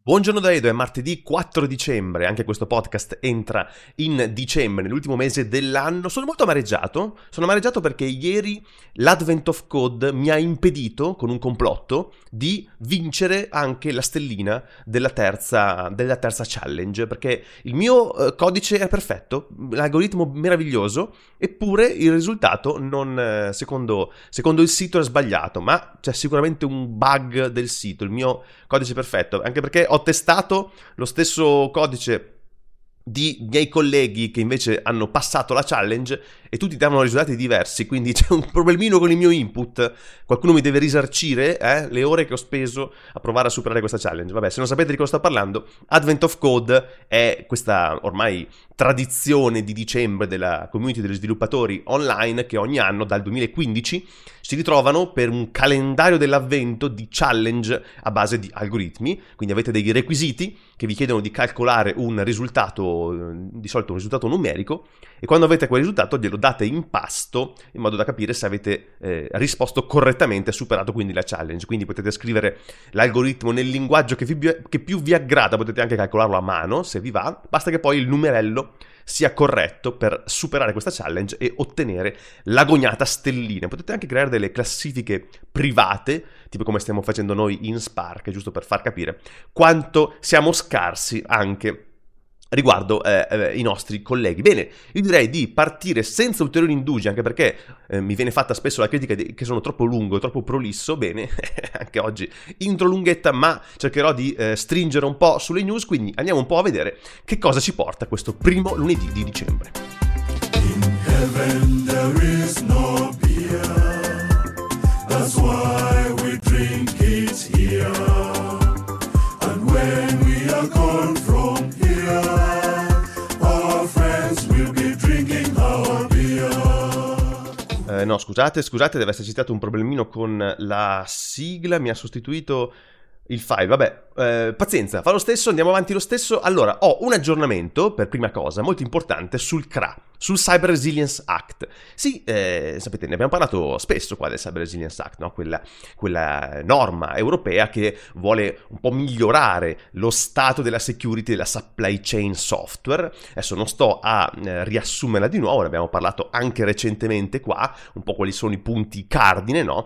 Buongiorno da Edo, è martedì 4 dicembre, anche questo podcast entra in dicembre, nell'ultimo mese dell'anno. Sono molto amareggiato perché ieri l'Advent of Code mi ha impedito, con un complotto, di vincere anche la stellina della terza challenge, perché il mio codice è perfetto, l'algoritmo meraviglioso, eppure il risultato non, secondo il sito è sbagliato, ma c'è sicuramente un bug del sito, il mio codice perfetto, anche perché ho testato lo stesso codice di miei colleghi che invece hanno passato la challenge e tutti davano risultati diversi, quindi c'è un problemino con il mio input. Qualcuno mi deve risarcire le ore che ho speso a provare a superare questa challenge. Vabbè, se non sapete di cosa sto parlando, Advent of Code è questa ormai tradizione di dicembre della community degli sviluppatori online che ogni anno dal 2015 si ritrovano per un calendario dell'avvento di challenge a base di algoritmi. Quindi avete dei requisiti che vi chiedono di calcolare un risultato, di solito un risultato numerico, e quando avete quel risultato glielo date in pasto in modo da capire se avete risposto correttamente e superato quindi la challenge. Quindi potete scrivere l'algoritmo nel linguaggio che più vi aggrada, potete anche calcolarlo a mano se vi va, basta che poi il numerello sia corretto per superare questa challenge e ottenere l'agognata stellina. Potete anche creare delle classifiche private, tipo come stiamo facendo noi in Spark, giusto per far capire quanto siamo scarsi anche riguardo i nostri colleghi. Bene, io direi di partire senza ulteriori indugi, anche perché mi viene fatta spesso la critica che sono troppo lungo, troppo prolisso. Bene, anche oggi intro lunghetta, ma cercherò di stringere un po' sulle news, quindi andiamo un po' a vedere che cosa ci porta questo primo lunedì di dicembre. In heaven there is no beer, that's why we drink it here, and when we are gone from here, our friends will be drinking our beer. No, scusate, deve esserci stato un problemino con la sigla, mi ha sostituito il file, vabbè, pazienza, fa lo stesso, andiamo avanti lo stesso. Allora, ho un aggiornamento, per prima cosa, molto importante, sul CRA, sul Cyber Resilience Act. Sì, sapete, ne abbiamo parlato spesso qua del Cyber Resilience Act, no? Quella norma europea che vuole un po' migliorare lo stato della security della supply chain software. Adesso non sto a riassumerla di nuovo, ne abbiamo parlato anche recentemente qua, un po' quali sono i punti cardine, no?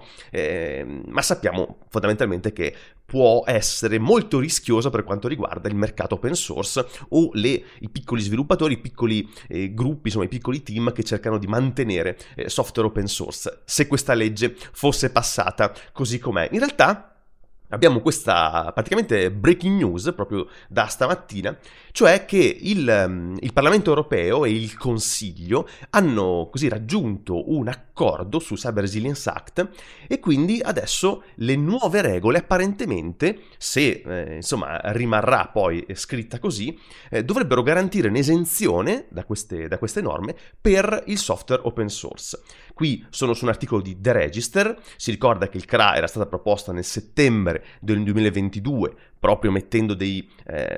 Ma sappiamo fondamentalmente che può essere molto rischiosa per quanto riguarda il mercato open source o i piccoli sviluppatori, i piccoli gruppi, insomma i piccoli team che cercano di mantenere software open source, se questa legge fosse passata così com'è. In realtà abbiamo questa praticamente breaking news proprio da stamattina, cioè che il Parlamento europeo e il Consiglio hanno così raggiunto un accordo sul Cyber Resilience Act e quindi adesso le nuove regole apparentemente, se insomma rimarrà poi scritta così, dovrebbero garantire un'esenzione da queste norme per il software open source. Qui sono su un articolo di The Register, si ricorda che il CRA era stata proposta nel settembre del 2022, proprio mettendo degli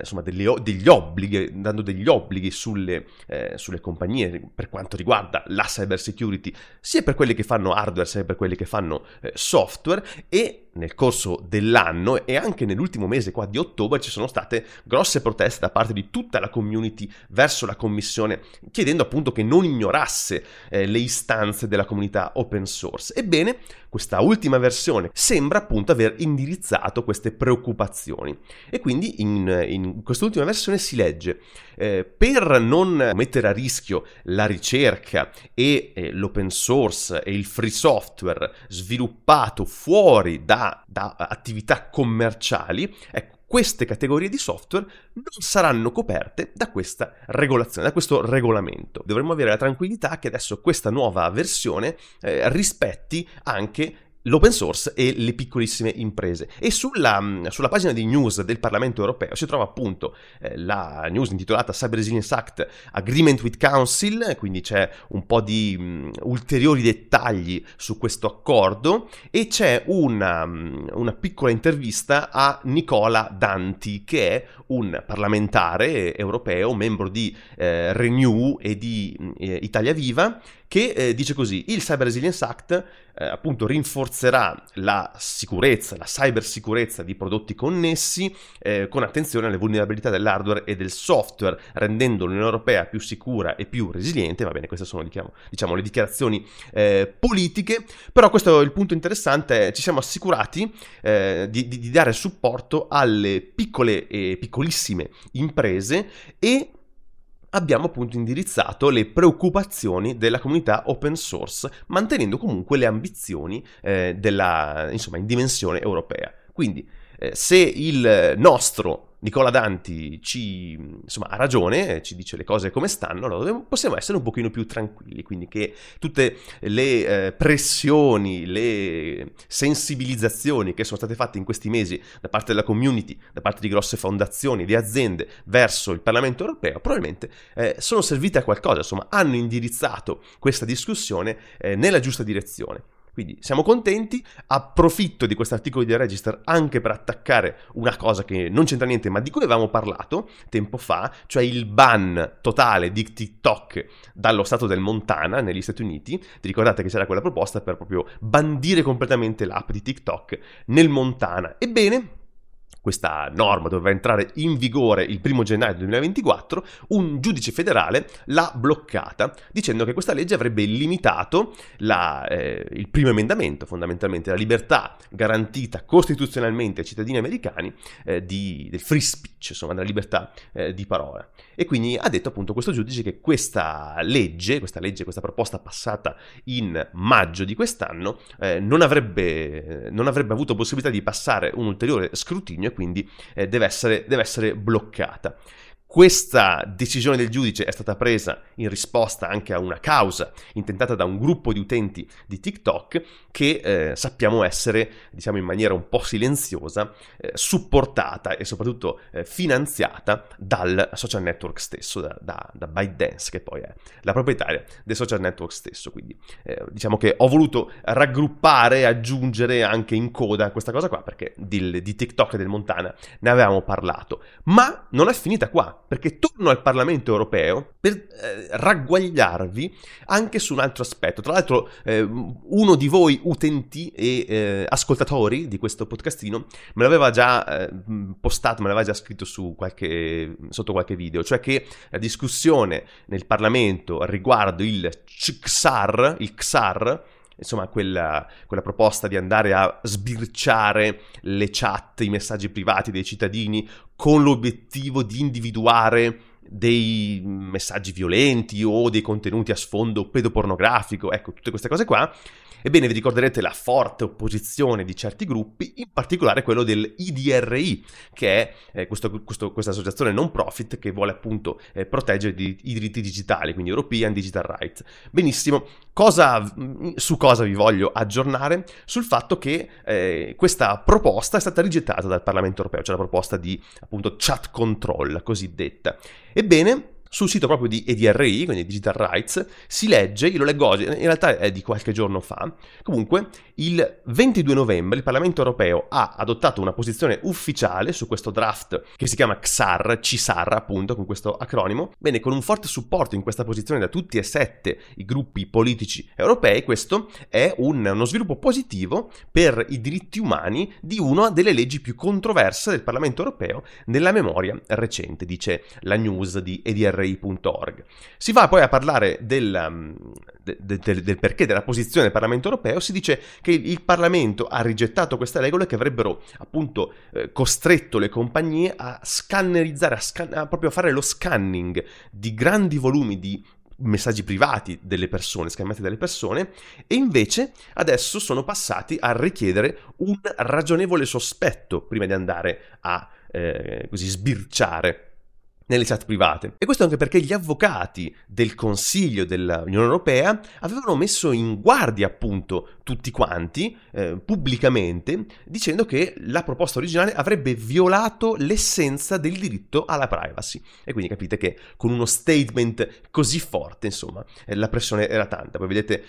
obblighi, dando degli obblighi sulle compagnie per quanto riguarda la cyber security, sia per quelli che fanno hardware sia per quelli che fanno software. E nel corso dell'anno e anche nell'ultimo mese qua di ottobre ci sono state grosse proteste da parte di tutta la community verso la commissione, chiedendo appunto che non ignorasse le istanze della comunità open source. Ebbene, questa ultima versione sembra appunto aver indirizzato queste preoccupazioni e quindi in quest'ultima versione si legge per non mettere a rischio la ricerca e l'open source e il free software sviluppato fuori da attività commerciali, ecco, queste categorie di software non saranno coperte da questa regolazione, da questo regolamento. Dovremmo avere la tranquillità che adesso questa nuova versione rispetti anche l'open source e le piccolissime imprese. E sulla pagina di news del Parlamento europeo si trova appunto la news intitolata Cyber Resilience Act Agreement with Council, quindi c'è un po' di ulteriori dettagli su questo accordo e c'è una piccola intervista a Nicola Danti, che è un parlamentare europeo, membro di Renew e di Italia Viva, che dice così: il Cyber Resilience Act appunto rinforzerà la sicurezza, la cybersicurezza di prodotti connessi con attenzione alle vulnerabilità dell'hardware e del software, rendendo l'Unione Europea più sicura e più resiliente. Va bene, queste sono diciamo le dichiarazioni politiche, però questo è il punto interessante: ci siamo assicurati di dare supporto alle piccole e piccolissime imprese e abbiamo appunto indirizzato le preoccupazioni della comunità open source, mantenendo comunque le ambizioni in dimensione europea. Quindi se il nostro Nicola Danti ha ragione, ci dice le cose come stanno, allora possiamo essere un pochino più tranquilli, quindi che tutte le pressioni, le sensibilizzazioni che sono state fatte in questi mesi da parte della community, da parte di grosse fondazioni, di aziende verso il Parlamento europeo, probabilmente sono servite a qualcosa, insomma hanno indirizzato questa discussione nella giusta direzione. Quindi siamo contenti, approfitto di questo articolo di The Register anche per attaccare una cosa che non c'entra niente, ma di cui avevamo parlato tempo fa, cioè il ban totale di TikTok dallo stato del Montana negli Stati Uniti. Vi ricordate che c'era quella proposta per proprio bandire completamente l'app di TikTok nel Montana? Ebbene, questa norma doveva entrare in vigore il 1 gennaio 2024, un giudice federale l'ha bloccata, dicendo che questa legge avrebbe limitato il primo emendamento, fondamentalmente la libertà garantita costituzionalmente ai cittadini americani del free speech, insomma, della libertà di parola. E quindi ha detto appunto questo giudice che questa proposta passata in maggio di quest'anno non avrebbe avuto possibilità di passare un ulteriore scrutinio, quindi deve essere bloccata. Questa decisione del giudice è stata presa in risposta anche a una causa intentata da un gruppo di utenti di TikTok che sappiamo essere, diciamo in maniera un po' silenziosa, supportata e soprattutto finanziata dal social network stesso, da ByteDance, che poi è la proprietaria del social network stesso. Quindi diciamo che ho voluto raggruppare e aggiungere anche in coda questa cosa qua, perché di TikTok e del Montana ne avevamo parlato. Ma non è finita qua, perché torno al Parlamento europeo per ragguagliarvi anche su un altro aspetto. Tra l'altro uno di voi utenti e ascoltatori di questo podcastino me l'aveva già postato, me l'aveva già scritto sotto qualche video, cioè che la discussione nel Parlamento riguardo il XAR, insomma quella proposta di andare a sbirciare le chat, i messaggi privati dei cittadini con l'obiettivo di individuare dei messaggi violenti o dei contenuti a sfondo pedopornografico, ecco, tutte queste cose qua. Ebbene, vi ricorderete la forte opposizione di certi gruppi, in particolare quello del IDRI, che è questa associazione non profit che vuole appunto proteggere i diritti digitali, quindi European Digital Rights. Benissimo, su cosa vi voglio aggiornare? Sul fatto che questa proposta è stata rigettata dal Parlamento europeo, cioè la proposta di appunto chat control cosiddetta. Ebbene, sul sito proprio di EDRI, quindi Digital Rights, si legge, io lo leggo oggi, in realtà è di qualche giorno fa, comunque il 22 novembre il Parlamento europeo ha adottato una posizione ufficiale su questo draft che si chiama CSAR appunto, con questo acronimo. Bene, con un forte supporto in questa posizione da tutti e 7 i gruppi politici europei, questo è uno sviluppo positivo per i diritti umani di una delle leggi più controverse del Parlamento europeo nella memoria recente, dice la news di EDRI.org. Si va poi a parlare del perché della posizione del Parlamento europeo. Si dice che il Parlamento ha rigettato queste regole che avrebbero appunto costretto le compagnie a scannerizzare, proprio a fare lo scanning di grandi volumi di messaggi privati delle persone, scambiati dalle persone, e invece adesso sono passati a richiedere un ragionevole sospetto prima di andare a così sbirciare nelle chat private. E questo anche perché gli avvocati del Consiglio dell'Unione Europea avevano messo in guardia appunto tutti quanti pubblicamente, dicendo che la proposta originale avrebbe violato l'essenza del diritto alla privacy. E quindi capite che con uno statement così forte, insomma, la pressione era tanta. Poi vedete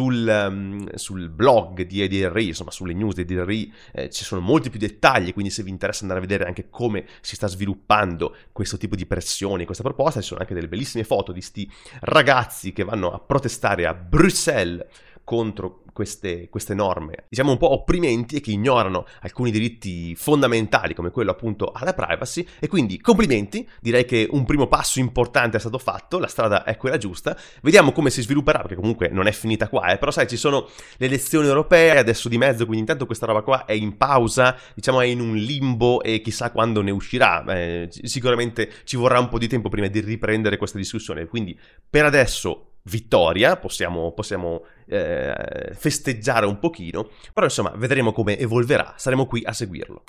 sul blog di EDRI, insomma sulle news di EDRI, ci sono molti più dettagli, quindi se vi interessa andare a vedere anche come si sta sviluppando questo tipo di pressioni questa proposta. Ci sono anche delle bellissime foto di sti ragazzi che vanno a protestare a Bruxelles contro queste norme, diciamo un po' opprimenti e che ignorano alcuni diritti fondamentali come quello appunto alla privacy. E quindi complimenti, direi che un primo passo importante è stato fatto, la strada è quella giusta, vediamo come si svilupperà, perché comunque non è finita qua, però sai, ci sono le elezioni europee adesso di mezzo, quindi intanto questa roba qua è in pausa, diciamo è in un limbo e chissà quando ne uscirà. Sicuramente ci vorrà un po' di tempo prima di riprendere questa discussione, quindi per adesso vittoria, possiamo festeggiare un pochino, però insomma vedremo come evolverà, saremo qui a seguirlo.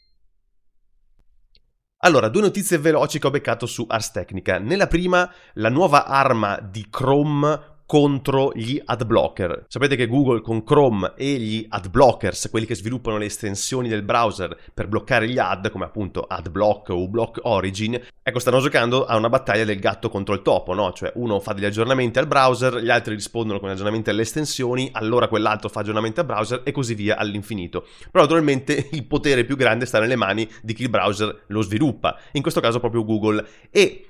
Allora, 2 notizie veloci che ho beccato su Ars Technica. Nella prima, la nuova arma di Chrome contro gli ad blocker. Sapete che Google con Chrome e gli ad blockers, quelli che sviluppano le estensioni del browser per bloccare gli ad, come appunto AdBlock o uBlock Origin, ecco, stanno giocando a una battaglia del gatto contro il topo, no? Cioè uno fa degli aggiornamenti al browser, gli altri rispondono con aggiornamenti alle estensioni, allora quell'altro fa aggiornamenti al browser e così via all'infinito. Però naturalmente il potere più grande sta nelle mani di chi il browser lo sviluppa, in questo caso proprio Google. E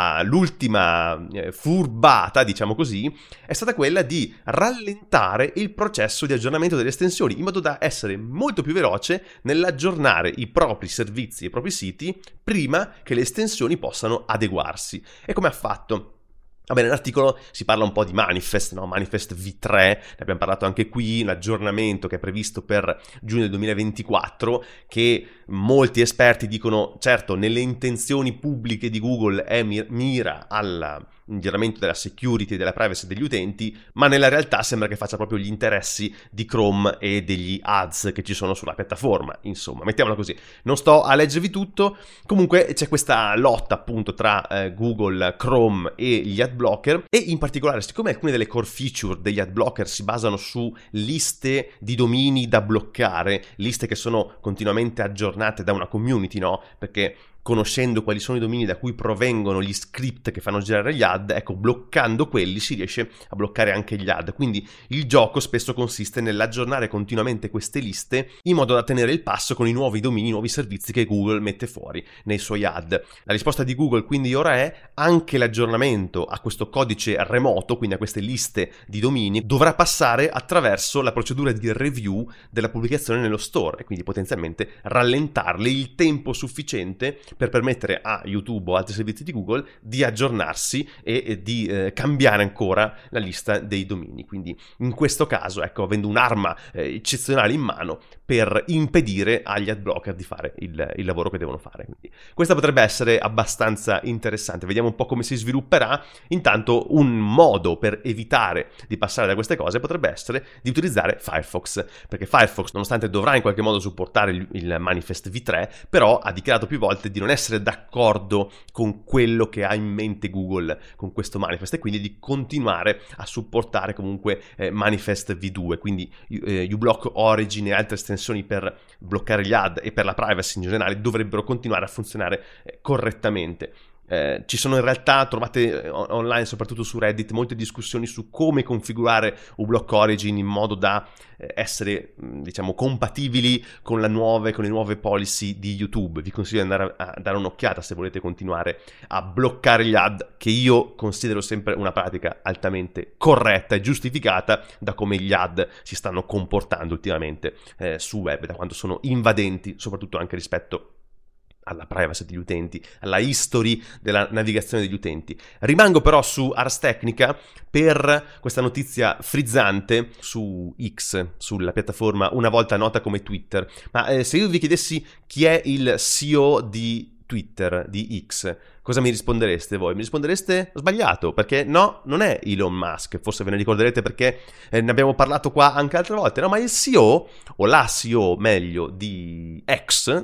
l'ultima furbata, diciamo così, è stata quella di rallentare il processo di aggiornamento delle estensioni in modo da essere molto più veloce nell'aggiornare i propri servizi e i propri siti prima che le estensioni possano adeguarsi. E come ha fatto? Vabbè, nell'articolo si parla un po' di Manifest, no? Manifest V3, ne abbiamo parlato anche qui, un aggiornamento che è previsto per giugno del 2024, che molti esperti dicono, certo, nelle intenzioni pubbliche di Google mira al miglioramento della security e della privacy degli utenti, ma nella realtà sembra che faccia proprio gli interessi di Chrome e degli ads che ci sono sulla piattaforma. Insomma, mettiamola così. Non sto a leggervi tutto, comunque c'è questa lotta appunto tra Google, Chrome e gli ad blocker, e in particolare siccome alcune delle core feature degli ad blocker si basano su liste di domini da bloccare, liste che sono continuamente aggiornate da una community, no? Perché conoscendo quali sono i domini da cui provengono gli script che fanno girare gli ad, ecco, bloccando quelli si riesce a bloccare anche gli ad. Quindi il gioco spesso consiste nell'aggiornare continuamente queste liste in modo da tenere il passo con i nuovi domini, i nuovi servizi che Google mette fuori nei suoi ad. La risposta di Google quindi ora è anche l'aggiornamento a questo codice remoto, quindi a queste liste di domini, dovrà passare attraverso la procedura di review della pubblicazione nello store e quindi potenzialmente rallentarle il tempo sufficiente per permettere a YouTube o altri servizi di Google di aggiornarsi e di cambiare ancora la lista dei domini. Quindi in questo caso, ecco, avendo un'arma eccezionale in mano per impedire agli ad blocker di fare il lavoro che devono fare. Quindi questa potrebbe essere abbastanza interessante. Vediamo un po' come si svilupperà. Intanto un modo per evitare di passare da queste cose potrebbe essere di utilizzare Firefox, perché Firefox, nonostante dovrà in qualche modo supportare il Manifest V3, però ha dichiarato più volte di non essere d'accordo con quello che ha in mente Google con questo Manifest e quindi di continuare a supportare comunque Manifest V2, quindi uBlock Origin e altre estensioni per bloccare gli ad e per la privacy in generale dovrebbero continuare a funzionare correttamente. Ci sono in realtà, trovate online soprattutto su Reddit, molte discussioni su come configurare uBlock Origin in modo da essere, diciamo, compatibili con le nuove policy di YouTube. Vi consiglio di andare a dare un'occhiata se volete continuare a bloccare gli ad, che io considero sempre una pratica altamente corretta e giustificata da come gli ad si stanno comportando ultimamente su web, da quanto sono invadenti, soprattutto anche rispetto alla privacy degli utenti, alla history della navigazione degli utenti. Rimango però su Ars Technica per questa notizia frizzante su X, sulla piattaforma una volta nota come Twitter. Ma se io vi chiedessi chi è il CEO di Twitter, di X, cosa mi rispondereste voi? Mi rispondereste sbagliato, perché no, non è Elon Musk, forse ve ne ricorderete perché ne abbiamo parlato qua anche altre volte, no, ma il CEO, o la CEO meglio, di X,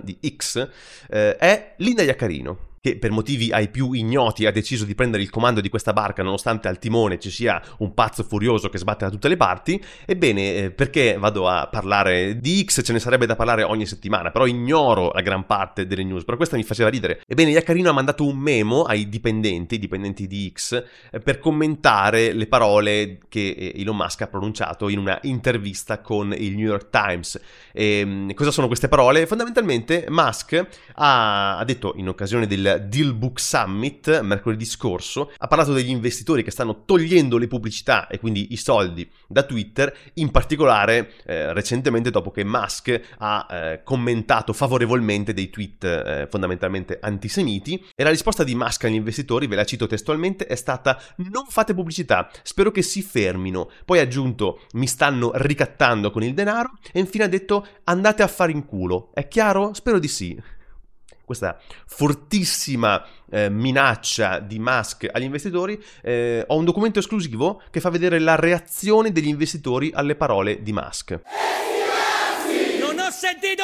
è Linda Yaccarino, che per motivi ai più ignoti ha deciso di prendere il comando di questa barca nonostante al timone ci sia un pazzo furioso che sbatte da tutte le parti. Ebbene, perché vado a parlare di X? Ce ne sarebbe da parlare ogni settimana, però ignoro la gran parte delle news, però questa mi faceva ridere. Ebbene, Yaccarino ha mandato un memo ai dipendenti di X, per commentare le parole che Elon Musk ha pronunciato in una intervista con il New York Times. Cosa sono queste parole? Fondamentalmente Musk ha detto in occasione del il Deal Book Summit mercoledì scorso, ha parlato degli investitori che stanno togliendo le pubblicità e quindi i soldi da Twitter, in particolare recentemente dopo che Musk ha commentato favorevolmente dei tweet fondamentalmente antisemiti, e la risposta di Musk agli investitori, ve la cito testualmente, è stata: non fate pubblicità, spero che si fermino. Poi ha aggiunto: mi stanno ricattando con il denaro, e infine ha detto: andate a fare in culo. È chiaro? Spero di sì. Questa fortissima minaccia di Musk agli investitori. Ho un documento esclusivo che fa vedere la reazione degli investitori alle parole di Musk. Non ho sentito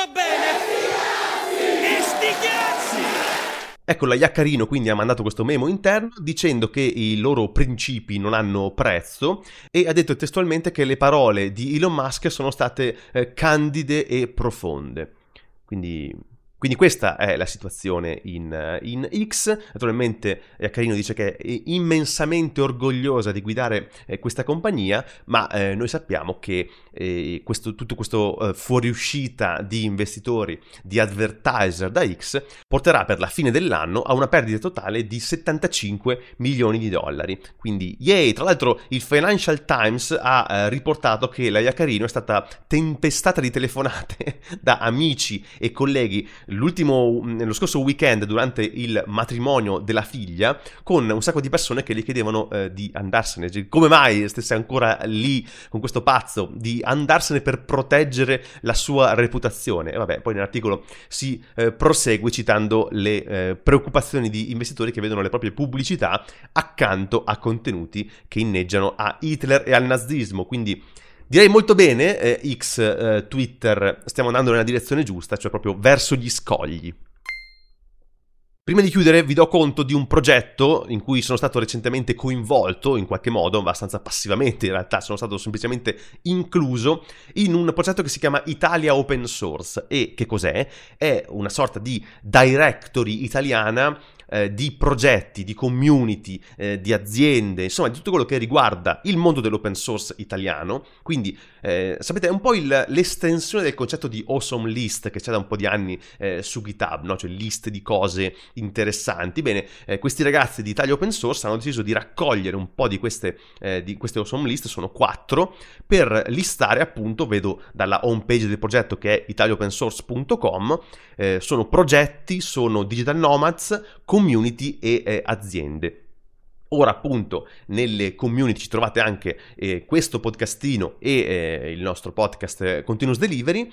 bene! E sti cazzi! Ecco, la Iaccarino quindi ha mandato questo memo interno dicendo che i loro principi non hanno prezzo, e ha detto testualmente che le parole di Elon Musk sono state candide e profonde. Quindi questa è la situazione in X. Naturalmente Iaccarino dice che è immensamente orgogliosa di guidare questa compagnia, ma noi sappiamo che tutto questo fuoriuscita di investitori, di advertiser da X, porterà per la fine dell'anno a una perdita totale di $75 milioni. Quindi, yay! Tra l'altro il Financial Times ha riportato che la Iaccarino è stata tempestata di telefonate da amici e colleghi nello scorso weekend durante il matrimonio della figlia, con un sacco di persone che gli chiedevano di andarsene. Come mai stesse ancora lì con questo pazzo, di andarsene per proteggere la sua reputazione? E vabbè, poi nell'articolo si prosegue citando le preoccupazioni di investitori che vedono le proprie pubblicità accanto a contenuti che inneggiano a Hitler e al nazismo. Quindi direi molto bene, Twitter, stiamo andando nella direzione giusta, cioè proprio verso gli scogli. Prima di chiudere vi do conto di un progetto in cui sono stato recentemente coinvolto, in qualche modo, abbastanza passivamente in realtà, sono stato semplicemente incluso in un progetto che si chiama Italia Open Source. E che cos'è? È una sorta di directory italiana di progetti, di community, di aziende, insomma di tutto quello che riguarda il mondo dell'open source italiano. Quindi sapete, è un po' l'estensione del concetto di awesome list che c'è da un po' di anni su GitHub, no? Cioè liste di cose interessanti. Bene, questi ragazzi di Italia Open Source hanno deciso di raccogliere un po' di queste awesome list, sono 4, per listare, appunto, vedo dalla home page del progetto che è italiaopensource.com, sono progetti, sono digital nomads, community e aziende. Ora, appunto, nelle community ci trovate anche questo podcastino e il nostro podcast Continuous Delivery,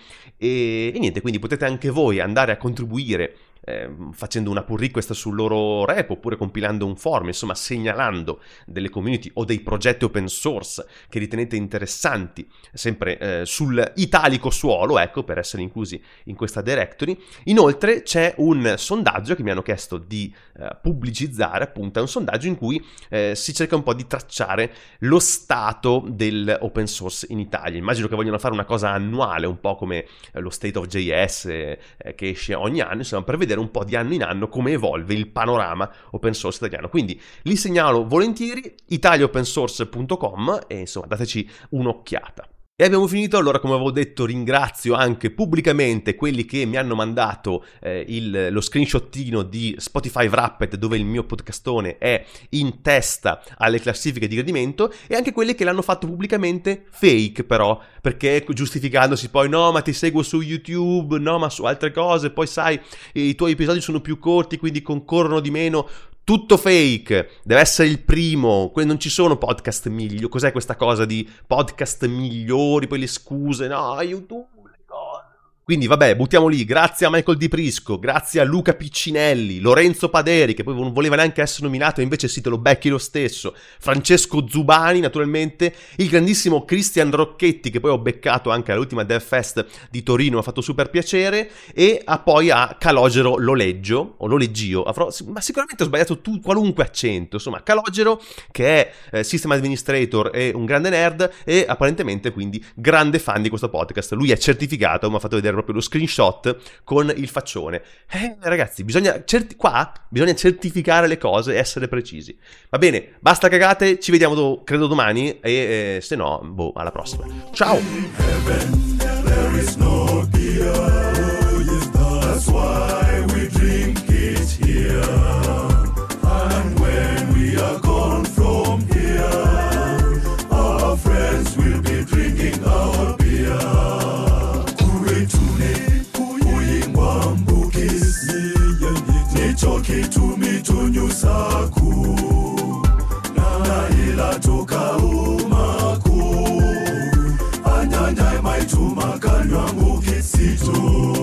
e niente, quindi potete anche voi andare a contribuire facendo una pull request sul loro repo, oppure compilando un form, insomma segnalando delle community o dei progetti open source che ritenete interessanti, sempre sul italico suolo, ecco, per essere inclusi in questa directory. Inoltre c'è un sondaggio che mi hanno chiesto di pubblicizzare, appunto, è un sondaggio in cui si cerca un po' di tracciare lo stato del open source in Italia. Immagino che vogliono fare una cosa annuale, un po' come lo State of JS che esce ogni anno, insomma, per vedere un po' di anno in anno come evolve il panorama open source italiano. Quindi li segnalo volentieri, italiaopensource.com, e insomma dateci un'occhiata. E abbiamo finito. Allora, come avevo detto, ringrazio anche pubblicamente quelli che mi hanno mandato lo screenshottino di Spotify Wrapped, dove il mio podcastone è in testa alle classifiche di gradimento, e anche quelli che l'hanno fatto pubblicamente fake, però, perché giustificandosi poi: no, ma ti seguo su YouTube, no, ma su altre cose, poi sai, i tuoi episodi sono più corti, quindi concorrono di meno. Tutto fake, deve essere il primo, non ci sono podcast migliori. Cos'è questa cosa di podcast migliori, poi le scuse, no, YouTube, le cose. Quindi vabbè, buttiamo lì. Grazie a Michael Di Prisco, grazie a Luca Piccinelli, Lorenzo Paderi, che poi non voleva neanche essere nominato, invece sì, te lo becchi lo stesso, Francesco Zubani, naturalmente, il grandissimo Cristian Rocchetti, che poi ho beccato anche all'ultima Dev Fest di Torino, mi ha fatto super piacere, e poi a Calogero Loleggio, o Loleggio, ma sicuramente ho sbagliato qualunque accento, insomma, Calogero, che è System Administrator e un grande nerd, e apparentemente quindi grande fan di questo podcast. Lui è certificato, mi ha fatto vedere proprio lo screenshot con il faccione. Ragazzi, bisogna certificare le cose e essere precisi. Va bene, basta cagate, ci vediamo credo domani, e se no, alla prossima. Ciao! There is no beer. That's why we drink it here. usaku na ila toka umaku anyanya maituma kanywangu kisitu